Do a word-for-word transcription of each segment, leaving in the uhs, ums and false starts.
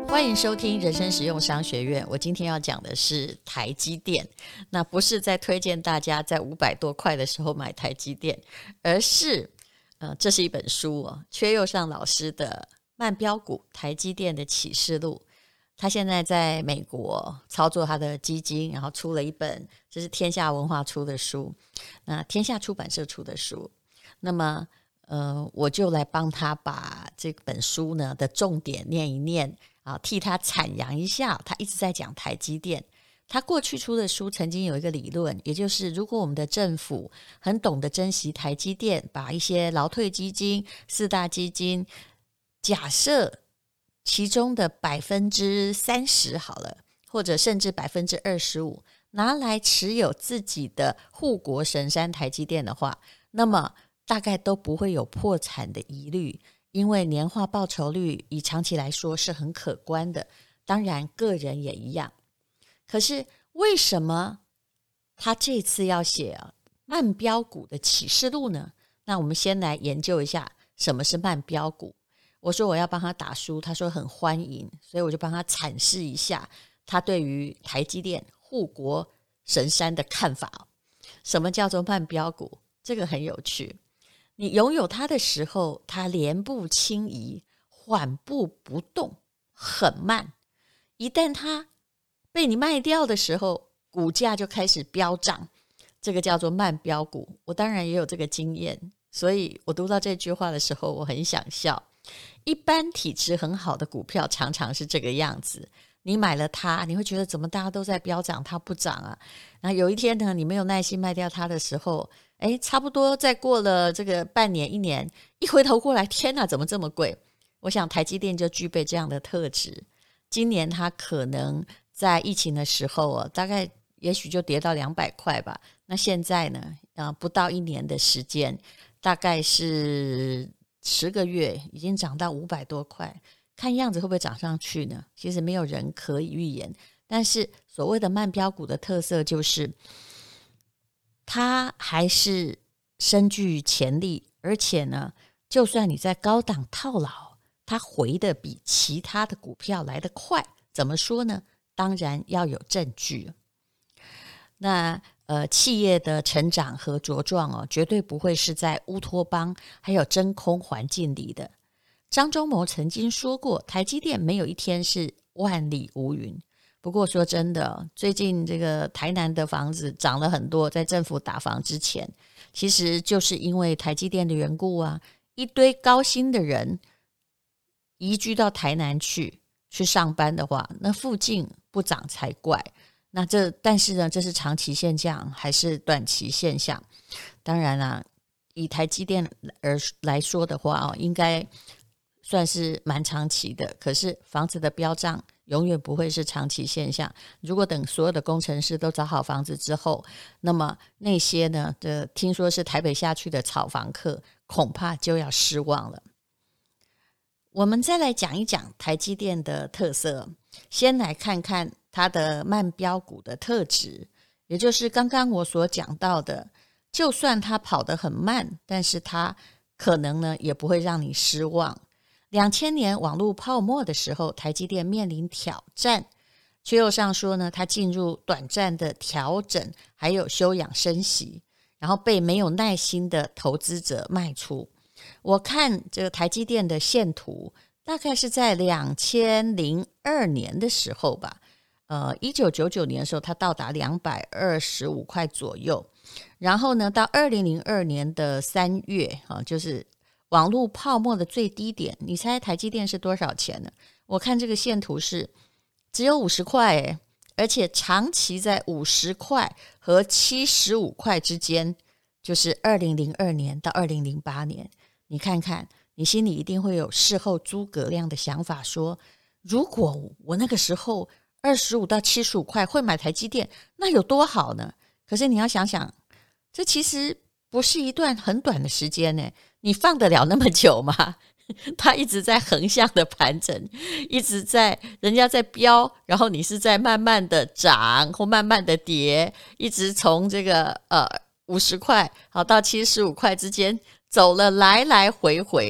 欢迎收听人生实用商学院。我今天要讲的是台积电，那不是在推荐大家在五百多块的时候买台积电，而是呃，这是一本书哦，阙佑尚老师的慢标股台积电的启示录。他现在在美国操作他的基金，然后出了一本，这是天下文化出的书，那天下出版社出的书。那么呃，我就来帮他把这本书呢的重点念一念啊，替他阐扬一下。他一直在讲台积电，他过去出的书曾经有一个理论，也就是如果我们的政府很懂得珍惜台积电，把一些劳退基金、四大基金，假设其中的百分之三十好了，或者甚至百分之二十五，拿来持有自己的护国神山台积电的话，那么大概都不会有破产的疑虑，因为年化报酬率以长期来说是很可观的，当然个人也一样。可是为什么他这次要写、啊、慢标股的启示录呢？那我们先来研究一下什么是慢标股。我说我要帮他打书，他说很欢迎，所以我就帮他阐释一下他对于台积电护国神山的看法。什么叫做慢标股？这个很有趣。你拥有它的时候，它连步轻移，缓步不动，很慢。一旦它被你卖掉的时候，股价就开始飙涨，这个叫做慢标股。我当然也有这个经验，所以我读到这句话的时候，我很想笑。一般体质很好的股票常常是这个样子，你买了它，你会觉得怎么大家都在飙涨，它不涨啊？然后有一天呢，你没有耐心卖掉它的时候，诶，差不多再过了这个半年一年，一回头过来，天哪，怎么这么贵？我想台积电就具备这样的特质。今年它可能在疫情的时候、哦、大概也许就跌到两百块吧。那现在呢、呃、不到一年的时间，大概是十个月已经涨到五百多块，看样子会不会涨上去呢？其实没有人可以预言，但是所谓的慢标股的特色就是它还是深具潜力，而且呢，就算你在高档套牢，它回的比其他的股票来得快。怎么说呢？当然要有证据。那呃，企业的成长和茁壮哦，绝对不会是在乌托邦还有真空环境里的。张忠谋曾经说过，台积电没有一天是万里无云。不过说真的，最近这个台南的房子涨了很多，在政府打房之前，其实就是因为台积电的缘故啊，一堆高薪的人移居到台南去去上班的话，那附近不涨才怪。那这但是呢，这是长期现象还是短期现象？当然啦，以台积电而来说的话、哦、应该算是蛮长期的。可是房子的飙涨永远不会是长期现象。如果等所有的工程师都找好房子之后，那么那些呢，这听说是台北下去的炒房客，恐怕就要失望了。我们再来讲一讲台积电的特色，先来看看它的慢标股的特质，也就是刚刚我所讲到的，就算它跑得很慢，但是它可能呢也不会让你失望。两千年网络泡沫的时候，台积电面临挑战，阙佑尚说呢，它进入短暂的调整，还有休养生息，然后被没有耐心的投资者卖出。我看这个台积电的线图，大概是在两千零二年的时候吧，呃，一九九九年的时候，它到达两百二十五块左右，然后呢，到二零零二年的三月、啊、就是网络泡沫的最低点，你猜台积电是多少钱呢？我看这个线图是只有五十块耶，而且长期在五十块和七十五块之间，就是二零零二年到二零零八年。你看看，你心里一定会有事后诸葛亮的想法，说如果我那个时候二十五到七十五块会买台积电，那有多好呢？可是你要想想，这其实不是一段很短的时间呢，你放得了那么久吗？它一直在横向的盘整，一直在人家在飙，然后你是在慢慢的涨或慢慢的跌，一直从这个呃五十块好到七十五块之间走了来来回回。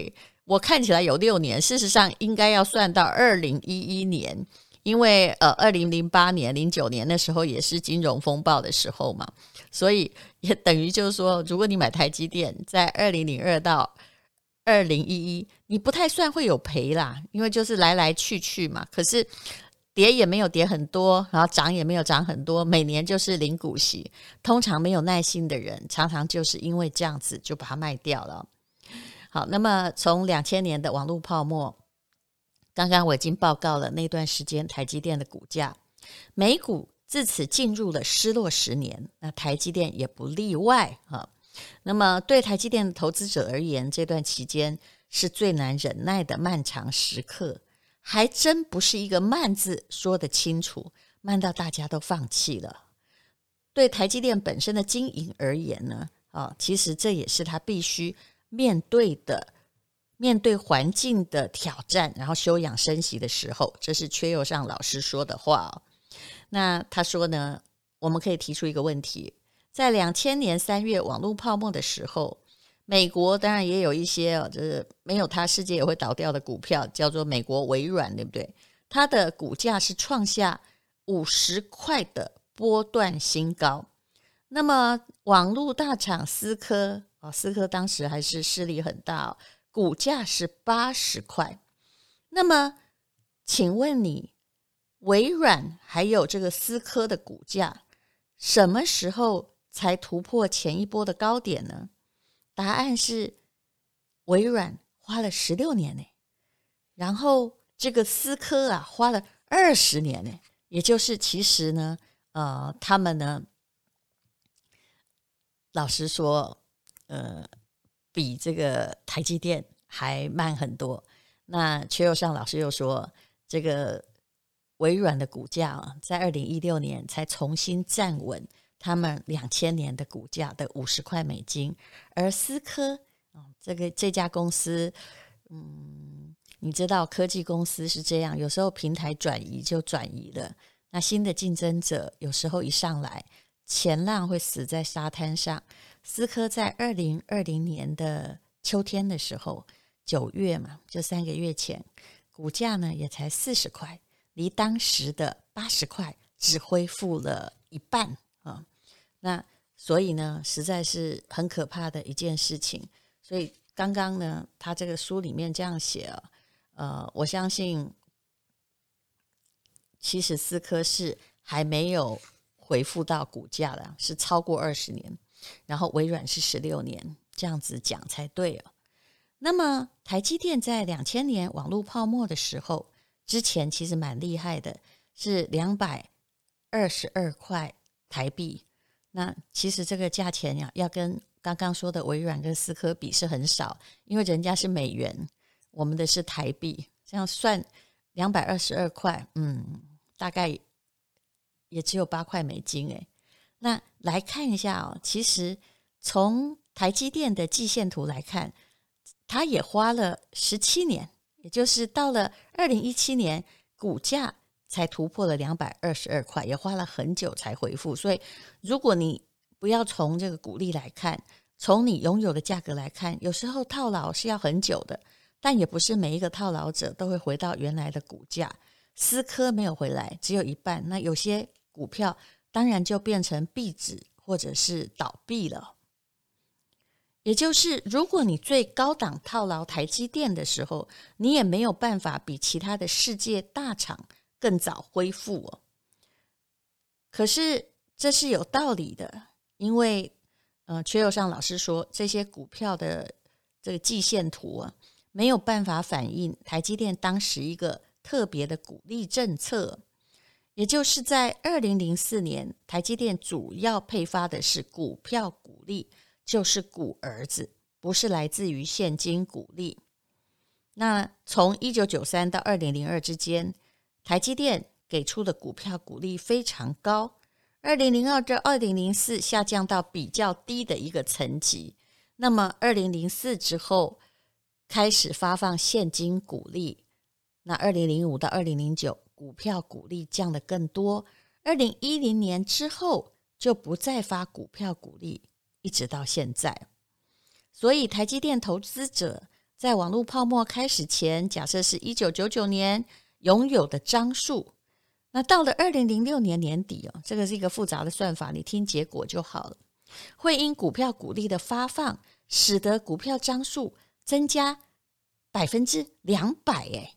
我看起来有六年，事实上应该要算到二零一一年，因为呃，二零零八年、零九年那时候也是金融风暴的时候嘛，所以也等于就是说，如果你买台积电，在二零零二到二零一一，你不太算会有赔啦，因为就是来来去去嘛。可是跌也没有跌很多，然后涨也没有涨很多，每年就是零股息。通常没有耐心的人，常常就是因为这样子就把它卖掉了。好，那么从两千年的网络泡沫，刚刚我已经报告了那段时间台积电的股价，美股自此进入了失落十年，那台积电也不例外啊。那么对台积电的投资者而言，这段期间是最难忍耐的漫长时刻，还真不是一个慢字说得清楚，慢到大家都放弃了。对台积电本身的经营而言呢，啊，其实这也是他必须面对的面对环境的挑战，然后休养生息的时候，这是缺佑上老师说的话哦。那他说呢，我们可以提出一个问题，在两千年三月网络泡沫的时候，美国当然也有一些哦，就是没有它世界也会倒掉的股票，叫做美国微软，对不对？它的股价是创下五十块的波段新高。那么网络大厂思科哦，思科当时还是势力很大哦，股价是八十块。那么请问你，微软还有这个思科的股价什么时候才突破前一波的高点呢？答案是微软花了十六年呢，然后这个思科啊花了二十年呢，也就是其实呢，呃，他们呢，老实说，呃，比这个台积电还慢很多。那缺佑上老师又说，这个微软的股价啊，在二零一六年才重新站稳他们两千年的股价的五十块美金，而思科、哦、这个这家公司，嗯，你知道科技公司是这样，有时候平台转移就转移了，那新的竞争者有时候一上来，前浪会死在沙滩上。思科在二零二零年的秋天的时候，九月嘛，就三个月前，股价呢也才四十块，离当时的八十块只恢复了一半啊。那所以呢，实在是很可怕的一件事情。所以刚刚呢，他这个书里面这样写啊，呃，我相信其实思科是还没有恢复到股价的，是超过二十年，然后微软是十六年，这样子讲才对啊。那么台积电在两千年网络泡沫的时候，之前其实蛮厉害的，是两百二十二块台币。那其实这个价钱呀，要跟刚刚说的微软跟思科比是很少，因为人家是美元，我们的是台币，这样算两百二十二块，嗯，大概也只有八块美金诶。那来看一下哦，其实从台积电的季线图来看，它也花了十七年，也就是到了二零一七年，股价才突破了两百二十二块，也花了很久才回复。所以如果你不要从这个股利来看，从你拥有的价格来看，有时候套牢是要很久的，但也不是每一个套牢者都会回到原来的股价。思科没有回来，只有一半，那有些股票当然就变成壁纸或者是倒闭了。也就是如果你最高档套牢台积电的时候，你也没有办法比其他的世界大厂更早恢复哦。可是这是有道理的，因为呃，缺佑上老师说，这些股票的这个季线图啊，没有办法反映台积电当时一个特别的股利政策。也就是在二零零四年，台积电主要配发的是股票股利，就是股儿子，不是来自于现金股利。那从一九九三到二零零二之间，台积电给出的股票股利非常高，二零零二到二零零四下降到比较低的一个层级。那么二零零四之后开始发放现金股利，那二零零五到二零零九股票股利降得更多，二零一零年之后就不再发股票股利，一直到现在。所以台积电投资者在网络泡沫开始前，假设是一九九九年拥有的张数，那到了二零零六年年底哦，这个是一个复杂的算法，你听结果就好了。会因股票股利的发放，使得股票张数增加百分之两百，哎，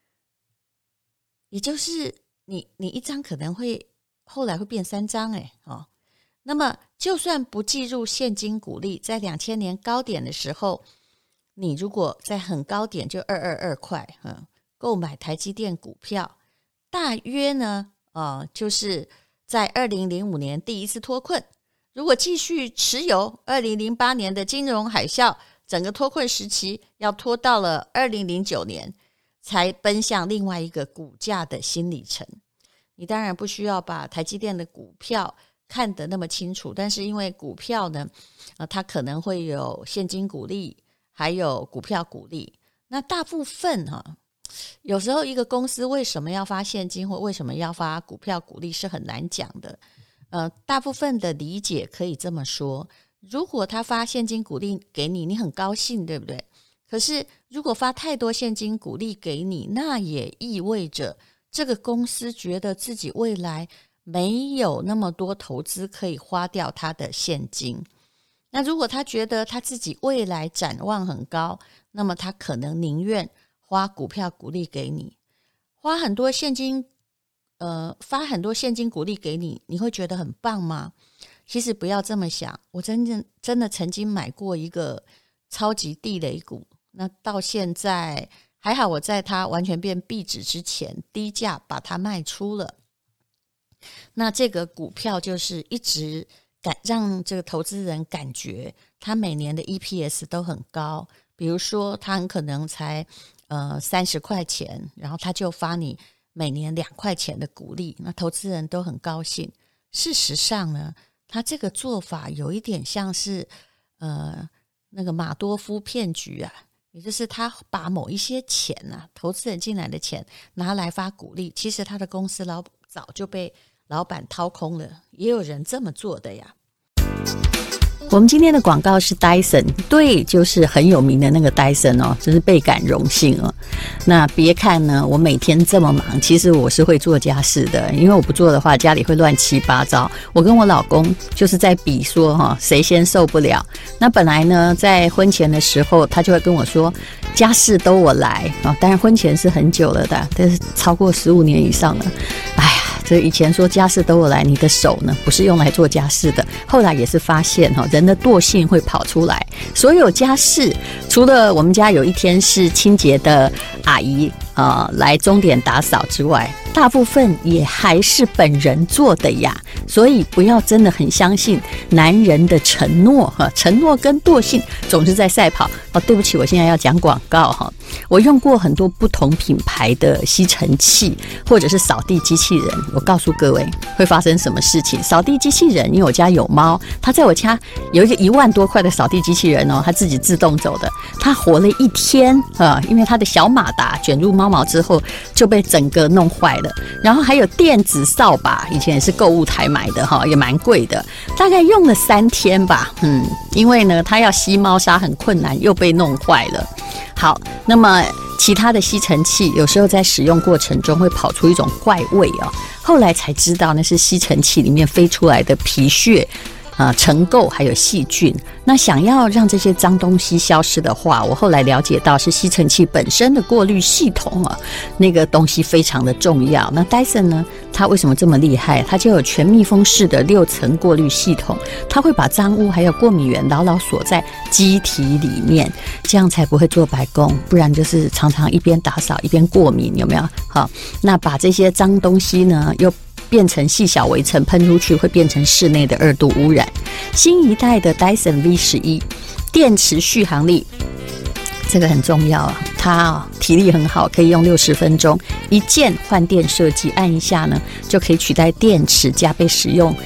也就是你你一张可能会后来会变三张，哎哦。那么就算不计入现金股利，在两千年高点的时候，你如果在很高点就二二二块，嗯，购买台积电股票，大约呢，呃，就是在二零零五年第一次脱困，如果继续持有，二零零八年的金融海啸，整个脱困时期要拖到了二零零九年，才奔向另外一个股价的新里程。你当然不需要把台积电的股票看得那么清楚，但是因为股票呢，呃，它可能会有现金股利，还有股票股利。那大部分哈、啊，有时候一个公司为什么要发现金，或为什么要发股票股利是很难讲的。呃，大部分的理解可以这么说：如果他发现金股利给你，你很高兴，对不对？可是如果发太多现金股利给你，那也意味着这个公司觉得自己未来没有那么多投资可以花掉他的现金。那如果他觉得他自己未来展望很高，那么他可能宁愿花股票股利给你，花很多现金，呃，发很多现金股利给你，你会觉得很棒吗？其实不要这么想。我真正真的曾经买过一个超级地雷股，那到现在还好，我在它完全变壁纸之前低价把它卖出了。那这个股票就是一直感让这个投资人感觉它每年的 E P S 都很高，比如说它很可能才呃三十块钱，然后它就发你每年两块钱的股利，那投资人都很高兴。事实上呢，它这个做法有一点像是呃那个马多夫骗局啊，也就是他把某一些钱啊，投资人进来的钱拿来发股利，其实他的公司老早就被老板掏空了，也有人这么做的呀。我们今天的广告是 Dyson， 对，就是很有名的那个 Dyson 哦，真是倍感荣幸哦。那别看呢，我每天这么忙，其实我是会做家事的，因为我不做的话，家里会乱七八糟。我跟我老公就是在比说哈，谁先受不了。那本来呢，在婚前的时候，他就会跟我说，家事都我来啊。当然婚前是很久了的，但是超过十五年以上了。哎呀。所以以前说家事都我来，你的手呢不是用来做家事的。后来也是发现哈，人的惰性会跑出来。所有家事，除了我们家有一天是清洁的阿姨呃来钟点打扫之外，大部分也还是本人做的呀。所以不要真的很相信男人的承诺哈，承诺跟惰性总是在赛跑。哦，对不起，我现在要讲广告哈。我用过很多不同品牌的吸尘器或者是扫地机器人，我告诉各位会发生什么事情。扫地机器人，因为我家有猫，它在我家有一个一万多块的扫地机器人哦，它自己自动走的，它活了一天啊、呃，因为它的小马达卷入猫毛之后就被整个弄坏了。然后还有电子扫把，以前也是购物台买的哈，也蛮贵的，大概用了三天吧，嗯，因为呢它要吸猫砂很困难，又被弄坏了。好，那么其他的吸尘器有时候在使用过程中会跑出一种怪味哦，后来才知道那是吸尘器里面飞出来的皮屑啊、尘垢还有细菌。那想要让这些脏东西消失的话，我后来了解到是吸尘器本身的过滤系统啊，那个东西非常的重要。那 Dyson 呢，它为什么这么厉害？它就有全密封式的六层过滤系统，它会把脏污还有过敏源牢牢锁在机体里面，这样才不会做白工，不然就是常常一边打扫一边过敏，有没有？好，那把这些脏东西呢又变成细小微尘喷出去，会变成室内的二度污染。新一代的 Dyson V 十一 电池续航力这个很重要啊，它、哦、体力很好，可以用六十分钟，一键换电设计，按一下呢就可以取代电池，加倍使用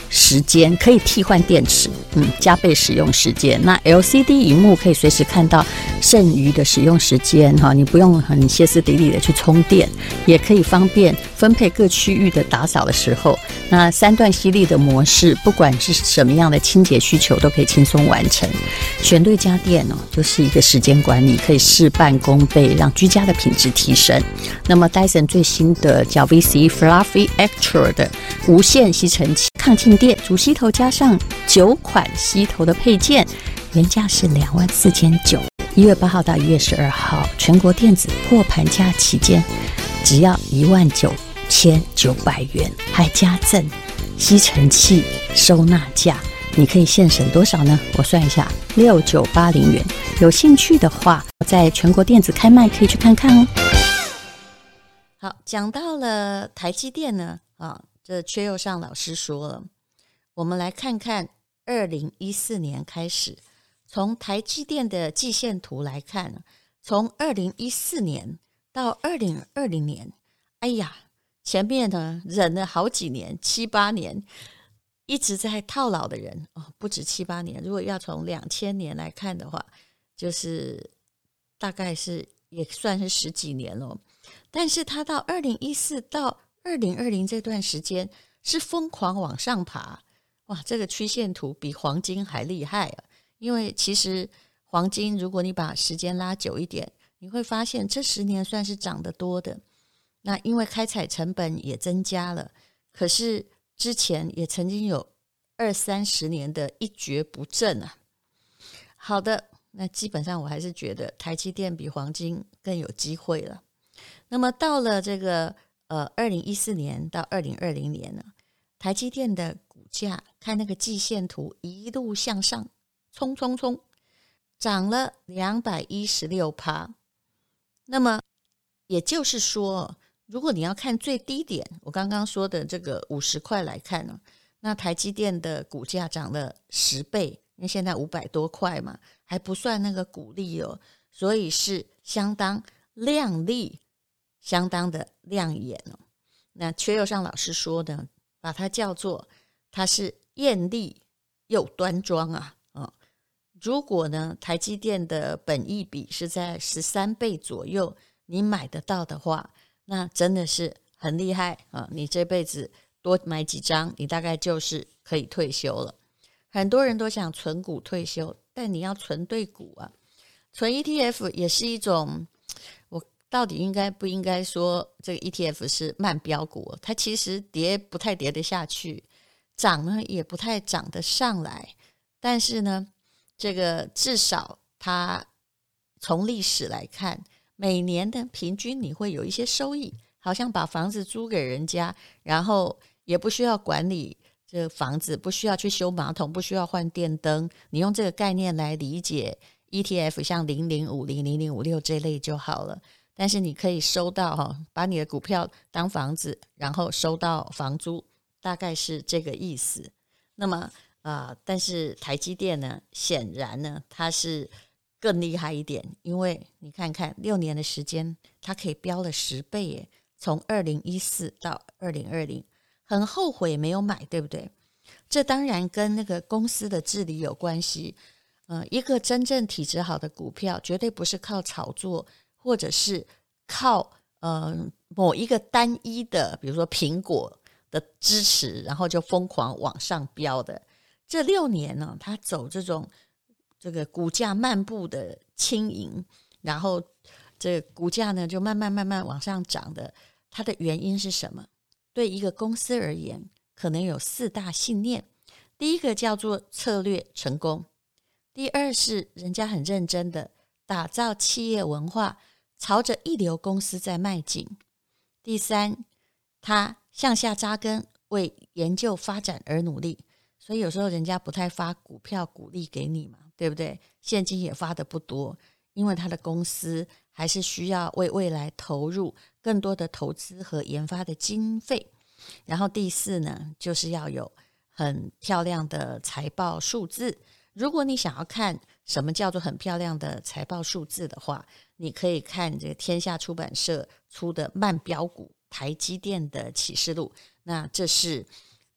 时间，可以替换电池，嗯，加倍使用时间。那 L C D 萤幕可以随时看到剩余的使用时间哈，你不用很歇斯底里的去充电，也可以方便分配各区域的打扫的时候。那三段吸力的模式，不管是什么样的清洁需求都可以轻松完成。选对家电哦，就是一个时间管理，可以事半功倍，让居家的品质提升。那么 Dyson 最新的叫 V C Fluffy Extra 的无线吸尘器，抗静电主吸头加上九款吸头的配件，原价是两万四千九，一月八号到一月十二号，全国电子破盘价期间，只要一万九千九百元，还加赠吸尘器收纳架。你可以现省多少呢？我算一下，六九八零元。有兴趣的话，在全国电子开卖可以去看看哦。好，讲到了台积电呢，啊，这阙佑尚老师说了，我们来看看二零一四年开始，从台积电的季线图来看，从二零一四年到二零二零年，哎呀，前面呢忍了好几年，七八年。一直在套牢的人哦，不止七八年。如果要从两千年来看的话，就是大概是也算是十几年了。但是他到二零一四到二零二零这段时间是疯狂往上爬，哇，这个曲线图比黄金还厉害啊！因为其实黄金，如果你把时间拉久一点，你会发现这十年算是涨得多的。那因为开采成本也增加了，可是之前也曾经有二三十年的一蹶不振啊。好的，那基本上我还是觉得台积电比黄金更有机会了。那么到了这个呃二零一四年到二零二零年呢，台积电的股价看那个季线图一路向上冲冲冲，涨了 百分之两百一十六。那么也就是说，如果你要看最低点，我刚刚说的这个五十块来看呢，那台积电的股价涨了十倍，因为现在五百多块嘛，还不算那个股利哦，所以是相当亮丽，相当的亮眼哦。那阙佑尚老师说呢，把它叫做它是艳丽又端庄啊。哦，如果呢台积电的本益比是在十三倍左右，你买得到的话，那真的是很厉害啊！你这辈子多买几张，你大概就是可以退休了。很多人都想存股退休，但你要存对股啊。存 E T F 也是一种，我到底应该不应该说这个 E T F 是慢标股？它其实跌不太跌得下去，涨呢也不太涨得上来。但是呢，这个至少它从历史来看，每年的平均你会有一些收益，好像把房子租给人家，然后也不需要管理这个房子，不需要去修马桶，不需要换电灯，你用这个概念来理解 E T F， 像零零五零、零零五六这类就好了。但是你可以收到把你的股票当房子，然后收到房租，大概是这个意思。那么呃，但是台积电呢，显然呢它是更厉害一点，因为你看看六年的时间，它可以飙了十倍耶，从二零一四到二零二零，很后悔没有买，对不对？这当然跟那个公司的治理有关系。呃，一个真正体质好的股票，绝对不是靠炒作，或者是靠呃某一个单一的，比如说苹果的支持，然后就疯狂往上飙的。这六年呢，它走这种这个股价漫步的轻盈，然后这个股价呢就慢慢慢慢往上涨的，它的原因是什么？对一个公司而言，可能有四大信念。第一个叫做策略成功，第二是人家很认真的打造企业文化，朝着一流公司在迈进。第三，他向下扎根，为研究发展而努力。所以有时候人家不太发股票股利给你嘛，对不对？现金也发的不多，因为他的公司还是需要为未来投入更多的投资和研发的经费。然后第四呢，就是要有很漂亮的财报数字。如果你想要看什么叫做很漂亮的财报数字的话，你可以看这个天下出版社出的慢标股台积电的启示录。那这是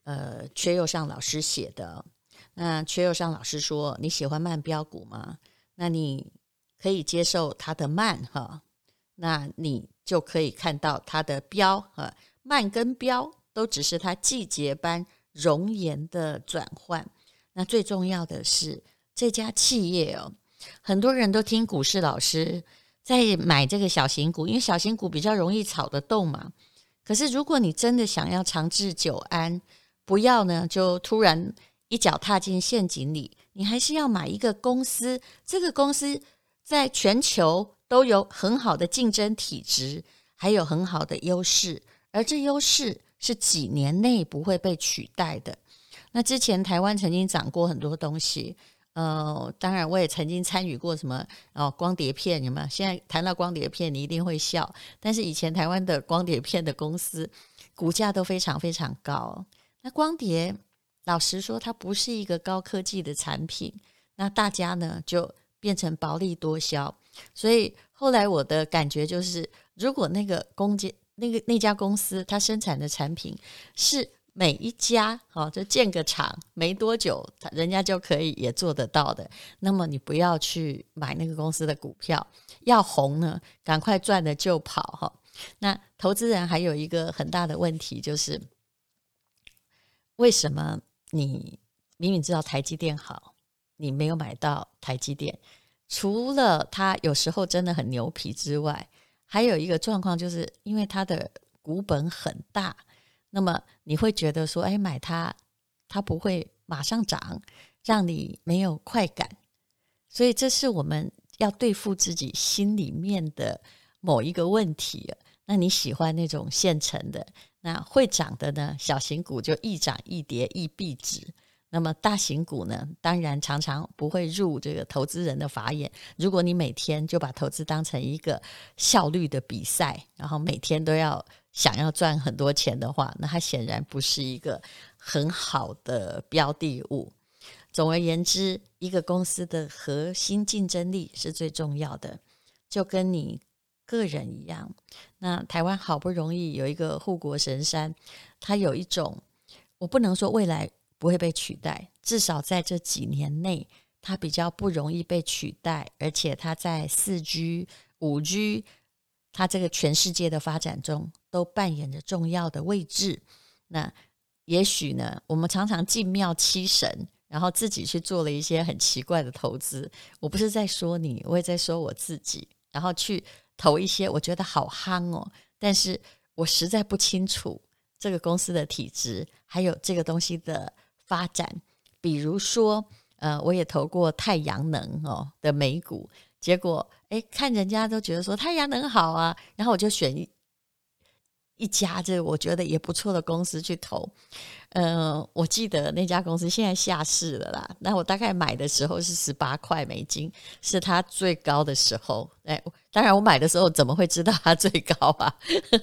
呃阙佑尚老师写的。那阙佑尚老师说，你喜欢慢标股吗？那你可以接受它的慢哈，那你就可以看到它的标哈，慢跟标都只是它季节般容颜的转换。那最重要的是这家企业哦，很多人都听股市老师在买这个小型股，因为小型股比较容易炒得动嘛。可是如果你真的想要长治久安，不要呢就突然一脚踏进陷阱里，你还是要买一个公司，这个公司在全球都有很好的竞争体质，还有很好的优势，而这优势是几年内不会被取代的。那之前台湾曾经涨过很多东西，呃，当然我也曾经参与过什么哦光碟片，有没有？现在谈到光碟片你一定会笑，但是以前台湾的光碟片的公司股价都非常非常高。那光碟老实说它不是一个高科技的产品，那大家呢就变成薄利多销。所以后来我的感觉就是，如果那个公司那个那家公司它生产的产品是每一家哦，就建个厂没多久人家就可以也做得到的，那么你不要去买那个公司的股票，要红呢赶快赚了就跑哈。那投资人还有一个很大的问题，就是为什么你明明知道台积电好，你没有买到台积电？除了它有时候真的很牛皮之外，还有一个状况就是因为它的股本很大，那么你会觉得说，哎，买它它不会马上涨，让你没有快感。所以这是我们要对付自己心里面的某一个问题。那你喜欢那种现成的，那会涨的呢，小型股就易涨易跌易避值。那么大型股呢，当然常常不会入这个投资人的法眼。如果你每天就把投资当成一个效率的比赛，然后每天都要想要赚很多钱的话，那它显然不是一个很好的标的物。总而言之，一个公司的核心竞争力是最重要的，就跟你个人一样。那台湾好不容易有一个护国神山，它有一种，我不能说未来不会被取代，至少在这几年内它比较不容易被取代，而且它在 四 G 五 G 它这个全世界的发展中都扮演着重要的位置。那也许呢，我们常常敬庙七神，然后自己去做了一些很奇怪的投资。我不是在说你，我也在说我自己，然后去投一些我觉得好夯哦，但是我实在不清楚这个公司的体质，还有这个东西的发展。比如说呃，我也投过太阳能哦的美股，结果诶看人家都觉得说太阳能好啊，然后我就选一一家这我觉得也不错的公司去投。呃，我记得那家公司现在下市了啦，那我大概买的时候是十八块美金，是它最高的时候。哎，当然我买的时候怎么会知道它最高啊？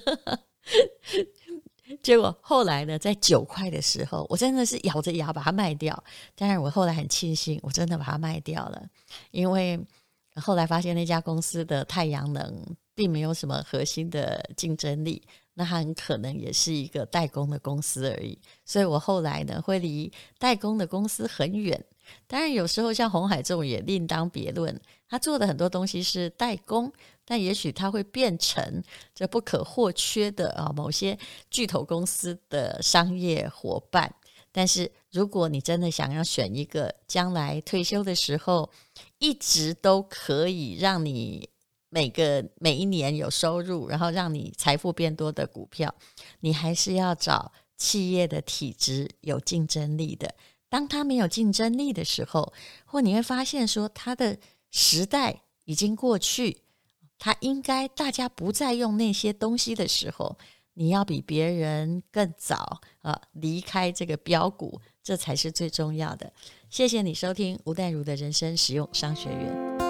结果后来呢，在九块的时候，我真的是咬着牙把它卖掉。当然我后来很庆幸我真的把它卖掉了，因为后来发现那家公司的太阳能并没有什么核心的竞争力，那它很可能也是一个代工的公司而已。所以我后来呢会离代工的公司很远。当然有时候像鸿海这种也另当别论，他做的很多东西是代工，但也许他会变成这不可或缺的啊某些巨头公司的商业伙伴。但是如果你真的想要选一个将来退休的时候一直都可以让你每个每一年有收入，然后让你财富变多的股票，你还是要找企业的体质有竞争力的。当它没有竞争力的时候，或你会发现说它的时代已经过去，它应该大家不再用那些东西的时候，你要比别人更早啊离开这个标股，这才是最重要的。谢谢你收听吴淡如的人生实用商学院。